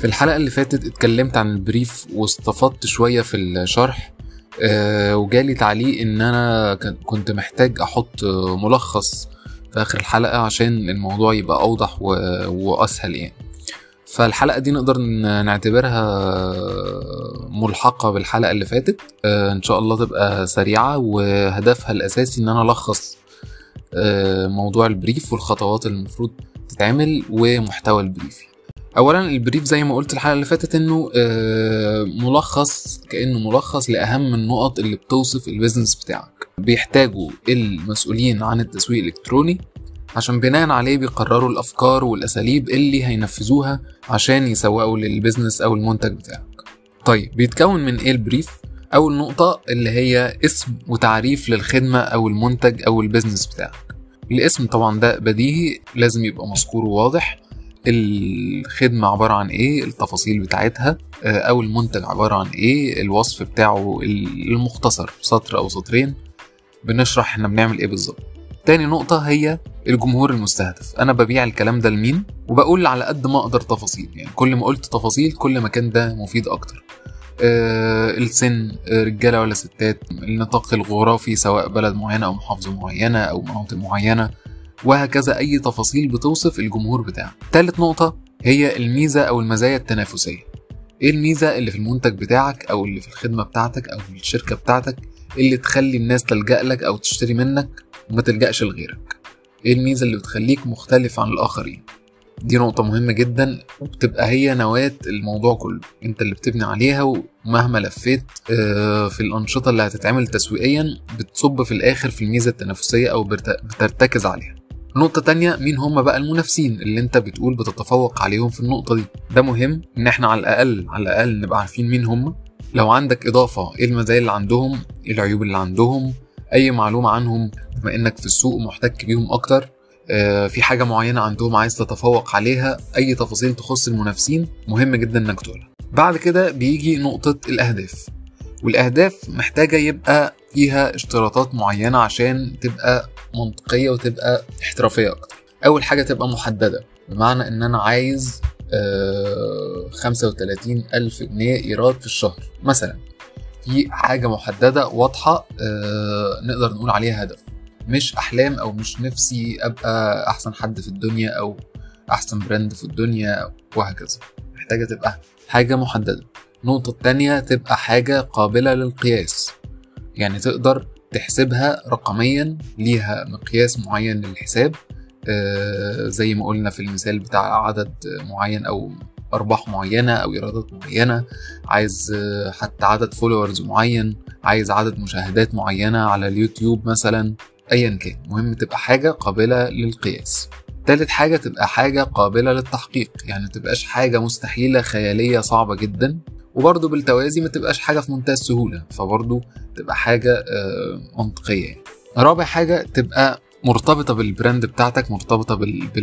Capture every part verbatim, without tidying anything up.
في الحلقة اللي فاتت اتكلمت عن البريف واستفدت شوية في الشرح، أه وجالي تعليق ان انا كنت محتاج احط ملخص في اخر الحلقة عشان الموضوع يبقى اوضح واسهل يعني. فالحلقة دي نقدر نعتبرها ملحقة بالحلقة اللي فاتت، أه ان شاء الله تبقى سريعة، وهدفها الاساسي ان انا الخص أه موضوع البريف والخطوات اللي المفروض تتعمل ومحتوى البريف. اولا البريف زي ما قلت الحلقه اللي فاتت انه ملخص، كانه ملخص لاهم النقط اللي بتوصف البيزنس بتاعك، بيحتاجوا المسؤولين عن التسويق الالكتروني عشان بناء عليه بيقرروا الافكار والاساليب اللي هينفذوها عشان يسوقوا للبيزنس او المنتج بتاعك. طيب بيتكون من ايه البريف؟ اول نقطه اللي هي اسم وتعريف للخدمه او المنتج او البيزنس بتاعك. الاسم طبعا ده بديهي، لازم يبقى مذكور وواضح. الخدمة عبارة عن ايه، التفاصيل بتاعتها، او المنتج عبارة عن ايه، الوصف بتاعه المختصر سطر او سطرين بنشرح احنا بنعمل ايه بالظبط. تاني نقطة هي الجمهور المستهدف، انا ببيع الكلام ده لمين، وبقول على قد ما اقدر تفاصيل، يعني كل ما قلت تفاصيل كل ما كان ده مفيد اكتر. آه السن، آه رجالة ولا ستات، النطاق الجغرافي سواء بلد معينة او محافظة معينة او مناطق معينة، وهكذا أي تفاصيل بتوصف الجمهور بتاعك. ثالث نقطة هي الميزة أو المزايا التنافسية. إيه الميزة اللي في المنتج بتاعك أو اللي في الخدمة بتاعتك أو في الشركة بتاعتك اللي تخلي الناس تلجأ لك أو تشتري منك وما تلجأش لغيرك؟ إيه الميزة اللي بتخليك مختلف عن الآخرين؟ دي نقطة مهمة جدا، وبتبقى هي نواة الموضوع كله، انت اللي بتبني عليها، ومهما لفيت في الأنشطة اللي هتتعمل تسويقيا بتصب في الآخر في الميزة التنافسية أو بترتكز عليها. نقطة تانية، مين هم بقى المنافسين اللي انت بتقول بتتفوق عليهم في النقطة دي؟ ده مهم ان احنا على الأقل على الأقل نبقى عارفين مين هم. لو عندك إضافة ايه المزايا اللي عندهم، ايه العيوب اللي عندهم، أي معلومة عنهم بما انك في السوق محتك بيهم أكتر، آه في حاجة معينة عندهم عايز تتفوق عليها، أي تفاصيل تخص المنافسين مهم جدا انك تقولها. بعد كده بيجي نقطة الأهداف، والأهداف محتاجة يبقى فيها اشتراطات معينة عشان تبقى منطقية وتبقى احترافية أكتر. أول حاجة تبقى محددة، بمعنى إن أنا عايز خمسة وثلاثين ألف جنيه إيراد في الشهر مثلا. في حاجة محددة واضحة نقدر نقول عليها هدف، مش أحلام أو مش نفسي أبقى أحسن حد في الدنيا أو أحسن براند في الدنيا وهكذا. محتاجة تبقى حاجة محددة. النقطة التانية تبقى حاجة قابلة للقياس، يعني تقدر تحسبها رقميا، ليها مقياس معين للحساب، آه زي ما قلنا في المثال بتاع عدد معين أو أرباح معينة أو إيرادات معينة، عايز آه حتى عدد فولورز معين، عايز عدد مشاهدات معينة على اليوتيوب مثلا، أيا كان. مهم تبقى حاجة قابلة للقياس. ثالث حاجة تبقى حاجة قابلة للتحقيق، يعني متبقاش حاجة مستحيلة خيالية صعبة جدا، وبرضو بالتوازي ما تبقاش حاجة في منتهى السهولة، فبرضو تبقى حاجة منطقية يعني. رابع حاجة تبقى مرتبطة بالبراند بتاعتك، مرتبطة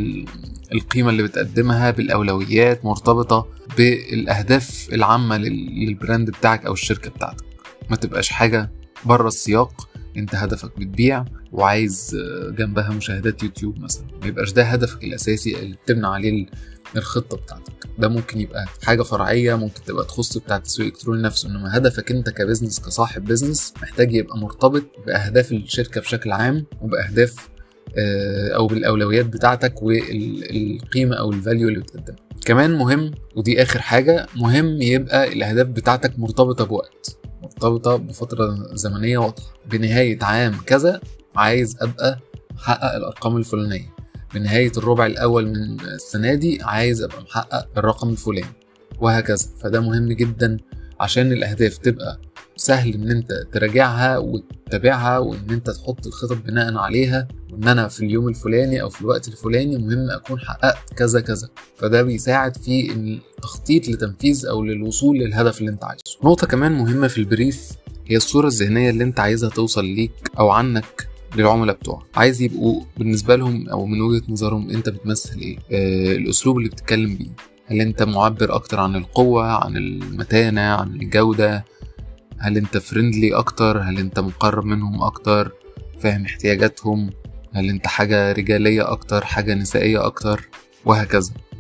بالقيمة اللي بتقدمها، بالأولويات، مرتبطة بالأهداف العامة للبراند بتاعك أو الشركة بتاعتك. ما تبقاش حاجة بره السياق، انت هدفك بتبيع وعايز جنبها مشاهدات يوتيوب مثلا، ما يبقاش ده هدفك الأساسي اللي بتبني عليه الخطة بتاعتك. ده ممكن يبقى حاجة فرعية، ممكن تبقى تخص بتاع التسويق الإلكتروني نفسه، إنما هدفك أنت كبزنس كصاحب بزنس محتاج يبقى مرتبط بأهداف الشركة بشكل عام، وبأهداف أو بالأولويات بتاعتك والقيمة أو الفاليو اللي بتقدمها. كمان مهم، ودي آخر حاجة، مهم يبقى الأهداف بتاعتك مرتبطة بوقت، مرتبطة بفترة زمنية واضحة. بنهاية عام كذا عايز أبقى محقق الأرقام الفلانية، بنهاية الربع الأول من السنة دي عايز أبقى محقق الرقم الفلاني، وهكذا. فده مهم جدا عشان الأهداف تبقى سهل إن أنت تراجعها وتتابعها، وإن أنت تحط الخطط بناء عليها، وإن أنا في اليوم الفلاني أو في الوقت الفلاني مهم أكون حققت كذا كذا. فده بيساعد في التخطيط لتنفيذ أو للوصول للهدف اللي أنت عايزه. نقطة كمان مهمة في البريف هي الصورة الذهنية اللي أنت عايزها توصل ليك أو عنك للعملاء بتوعك. عايز يبقوا بالنسبة لهم أو من وجهة نظرهم أنت بتمثل إيه، آه الأسلوب اللي بتتكلم بيه، هل أنت معبر أكتر عن القوة، عن المتانة، عن الجودة، هل أنت فريندلي أكتر، هل أنت مقرب منهم أكتر، فاهم احتياجاتهم، هل أنت حاجة رجالية أكتر، حاجة نسائية أكتر، وهكذا.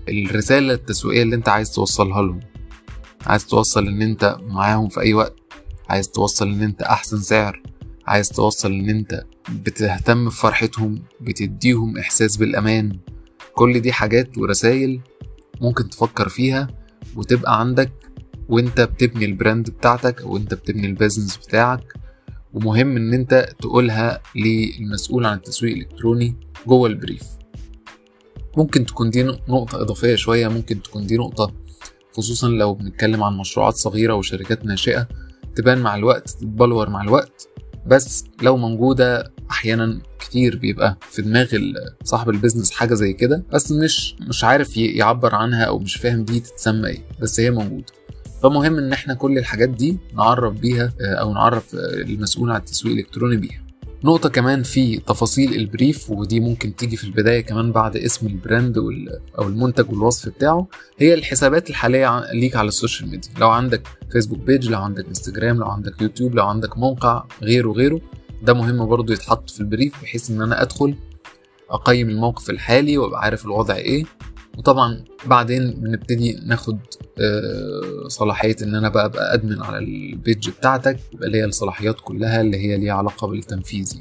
الرسالة التسويقية اللي انت عايز توصلها لهم. عايز توصل ان انت معاهم في اي وقت، عايز توصل ان انت احسن سعر، عايز توصل ان انت بتهتم بفرحتهم، بتديهم احساس بالامان. كل دي حاجات ورسائل ممكن تفكر فيها وتبقى عندك وانت بتبني البراند بتاعتك او انت بتبني البيزنس بتاعك. ومهم ان انت تقولها للمسؤول عن التسويق الالكتروني جوه البريف. ممكن تكون دي نقطة اضافية شوية، ممكن تكون دي نقطة خصوصا لو بنتكلم عن مشروعات صغيرة وشركات ناشئة تبان مع الوقت، تتبلور مع الوقت، بس لو موجودة احيانا كتير بيبقى في دماغ صاحب البيزنس حاجة زي كده، بس مش مش عارف يعبر عنها او مش فاهم دي تتسمى ايه، بس هي موجودة. فمهم ان احنا كل الحاجات دي نعرف بيها او نعرف المسؤول عن التسويق الالكتروني بيها. نقطة كمان في تفاصيل البريف، ودي ممكن تيجي في البداية كمان بعد اسم البراند او المنتج والوصف بتاعه، هي الحسابات الحالية ليك على السوشيال ميديا. لو عندك فيسبوك بيج، لو عندك انستجرام، لو عندك يوتيوب، لو عندك موقع غيره غيره، ده مهم برضو يتحط في البريف بحيث ان انا ادخل اقيم الموقف الحالي وابقى عارف الوضع ايه. وطبعا بعدين بنبتدي ناخد صلاحية ان انا بقى ابقى ادمن على البيج بتاعتك، يبقى ليا الصلاحيات كلها اللي هي ليها علاقة بالتنفيذ.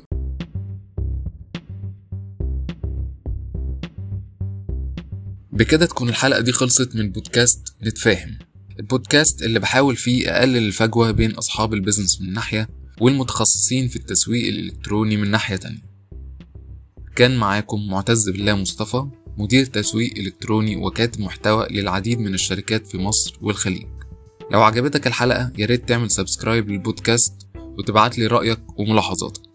بكده تكون الحلقة دي خلصت من بودكاست نتفاهم، البودكاست اللي بحاول فيه اقلل الفجوة بين اصحاب البيزنس من ناحية والمتخصصين في التسويق الالكتروني من ناحية تانية. كان معاكم معتز بالله مصطفى، مدير تسويق إلكتروني وكاتب محتوى للعديد من الشركات في مصر والخليج. لو عجبتك الحلقة ياريت تعمل سبسكرايب للبودكاست وتبعت لي رأيك وملاحظاتك.